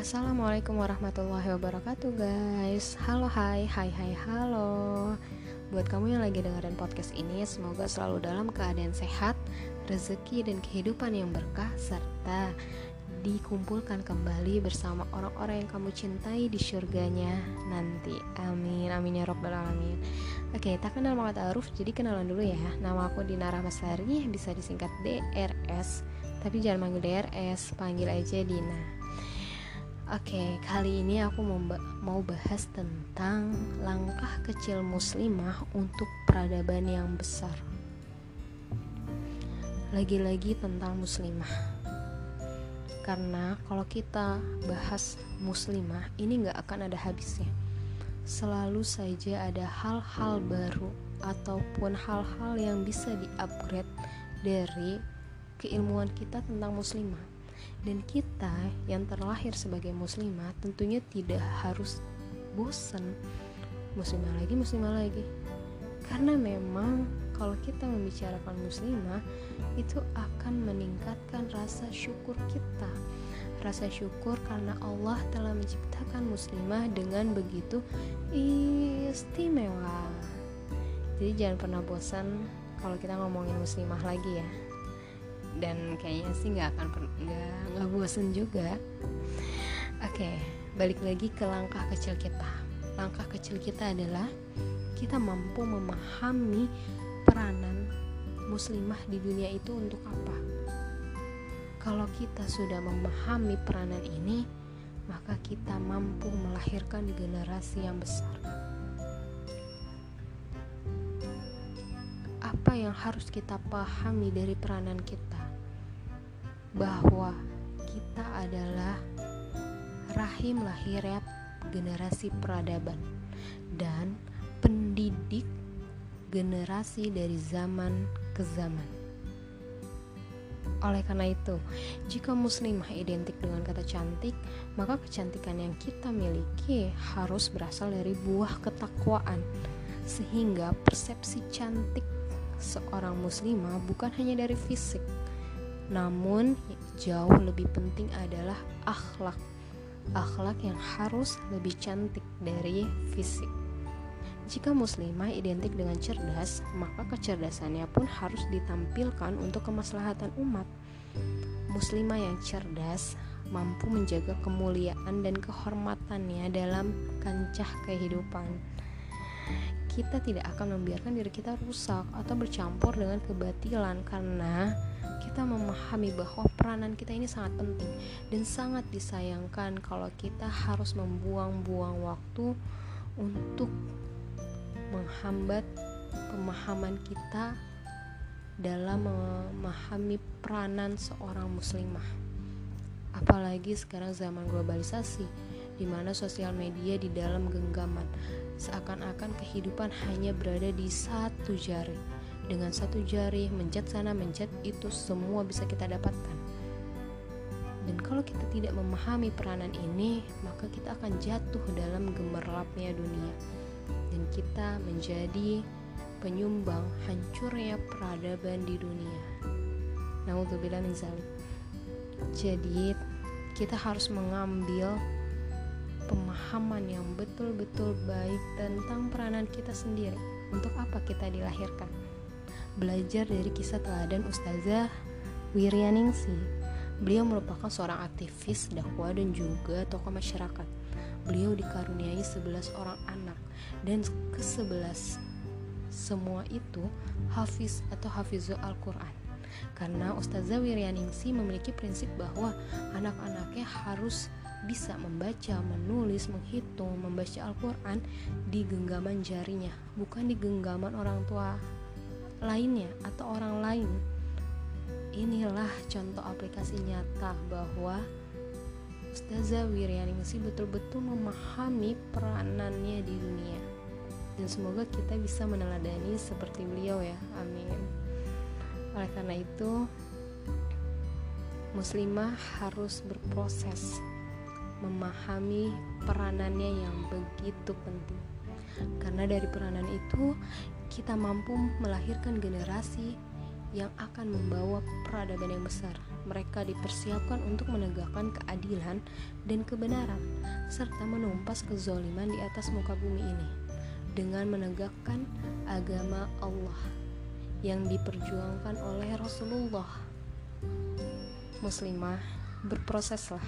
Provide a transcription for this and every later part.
Assalamualaikum warahmatullahi wabarakatuh guys. Halo halo. Buat kamu yang lagi dengerin podcast ini, semoga selalu dalam keadaan sehat, rezeki dan kehidupan yang berkah, serta dikumpulkan kembali bersama orang-orang yang kamu cintai di surganya nanti. Amin ya rabbal alamin. Oke, tak kenal maka ta'aruf, jadi kenalan dulu ya. Nama aku Dina Rahmasari, bisa disingkat DRS, tapi jangan manggil DRS, panggil aja Dina. Oke, kali ini aku mau bahas tentang langkah kecil muslimah untuk peradaban yang besar. Lagi-lagi tentang muslimah. Karena kalau kita bahas muslimah, ini gak akan ada habisnya. Selalu saja ada hal-hal baru ataupun hal-hal yang bisa di-upgrade dari keilmuan kita tentang muslimah. Dan kita yang terlahir sebagai muslimah tentunya tidak harus bosan muslimah lagi. Karena memang kalau kita membicarakan muslimah, itu akan meningkatkan rasa syukur kita. Rasa syukur karena Allah telah menciptakan muslimah dengan begitu istimewa. Jadi jangan pernah bosan kalau kita ngomongin muslimah lagi ya. Dan kayaknya sih nggak bosen juga. Oke, balik lagi ke langkah kecil kita. Langkah kecil kita adalah kita mampu memahami peranan muslimah di dunia itu untuk apa. Kalau kita sudah memahami peranan ini, maka kita mampu melahirkan generasi yang besar. Apa yang harus kita pahami dari peranan kita? Bahwa kita adalah rahim lahirnya generasi peradaban dan pendidik generasi dari zaman ke zaman. Oleh karena itu, jika muslimah identik dengan kata cantik, maka kecantikan yang kita miliki harus berasal dari buah ketakwaan, sehingga persepsi cantik seorang muslimah bukan hanya dari fisik, namun jauh lebih penting adalah akhlak yang harus lebih cantik dari fisik. Jika muslimah identik dengan cerdas, maka kecerdasannya pun harus ditampilkan untuk kemaslahatan umat. Muslimah yang cerdas mampu menjaga kemuliaan dan kehormatannya dalam kancah kehidupan. Kita tidak akan membiarkan diri kita rusak atau bercampur dengan kebatilan, karena kita memahami bahwa peranan kita ini sangat penting dan sangat disayangkan kalau kita harus membuang-buang waktu untuk menghambat pemahaman kita dalam memahami peranan seorang muslimah. Apalagi sekarang zaman globalisasi, di mana sosial media di dalam genggaman, seakan-akan kehidupan hanya berada di satu jari. Dengan satu jari, mencet sana, mencet itu, semua bisa kita dapatkan. Dan kalau kita tidak memahami peranan ini, maka kita akan jatuh dalam gemerlapnya dunia. Dan kita menjadi penyumbang hancurnya peradaban di dunia. Na'udzubillah min dzalik. Jadi, kita harus mengambil pemahaman yang betul-betul baik tentang peranan kita sendiri. Untuk apa kita dilahirkan? Belajar dari kisah teladan Ustazah Wiryaningsi. Beliau merupakan seorang aktivis dakwah dan juga tokoh masyarakat. Beliau dikaruniai 11 orang anak, dan ke-11 semua itu hafiz atau hafizul Al-Quran. Karena Ustazah Wiryaningsi memiliki prinsip bahwa anak-anaknya harus bisa membaca, menulis, menghitung, membaca Al-Quran di genggaman jarinya, bukan di genggaman orang tua lainnya atau orang lain. Inilah contoh aplikasi nyata bahwa Ustazah Wiryaningsi betul-betul memahami peranannya di dunia. Dan semoga kita bisa meneladani seperti beliau ya, amin. Oleh karena itu, muslimah harus berproses memahami peranannya yang begitu penting. Karena dari peranan itu kita mampu melahirkan generasi yang akan membawa peradaban yang besar. Mereka dipersiapkan untuk menegakkan keadilan dan kebenaran, serta menumpas kezaliman di atas muka bumi ini dengan menegakkan agama Allah yang diperjuangkan oleh Rasulullah. Muslimah, berproseslah.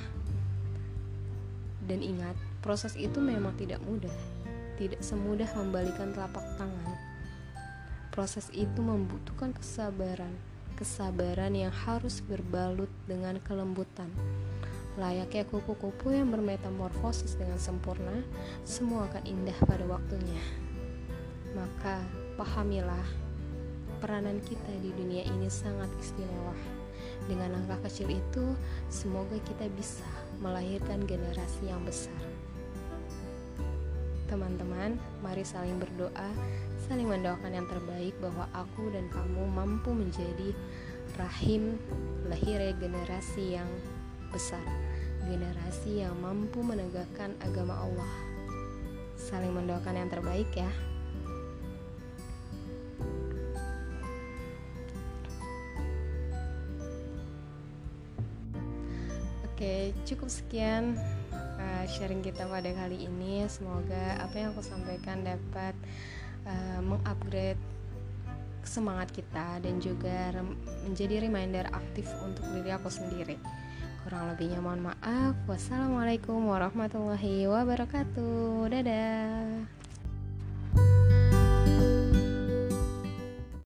Dan ingat, proses itu memang tidak mudah. Tidak semudah membalikan telapak tangan. Proses itu membutuhkan kesabaran yang harus berbalut dengan kelembutan. Layaknya kupu-kupu yang bermetamorfosis dengan sempurna, semua akan indah pada waktunya. Maka, pahamilah, peranan kita di dunia ini sangat istimewa. Dengan langkah kecil itu, semoga kita bisa melahirkan generasi yang besar. Teman-teman, mari saling berdoa, saling mendoakan yang terbaik bahwa aku dan kamu mampu menjadi rahim lahirnya generasi yang besar, generasi yang mampu menegakkan agama Allah. Saling mendoakan yang terbaik ya. Oke, cukup sekian sharing kita pada kali ini. Semoga apa yang aku sampaikan dapat mengupgrade semangat kita dan juga menjadi reminder aktif untuk diri aku sendiri. Kurang lebihnya mohon maaf. Wassalamualaikum warahmatullahi wabarakatuh. Dadah.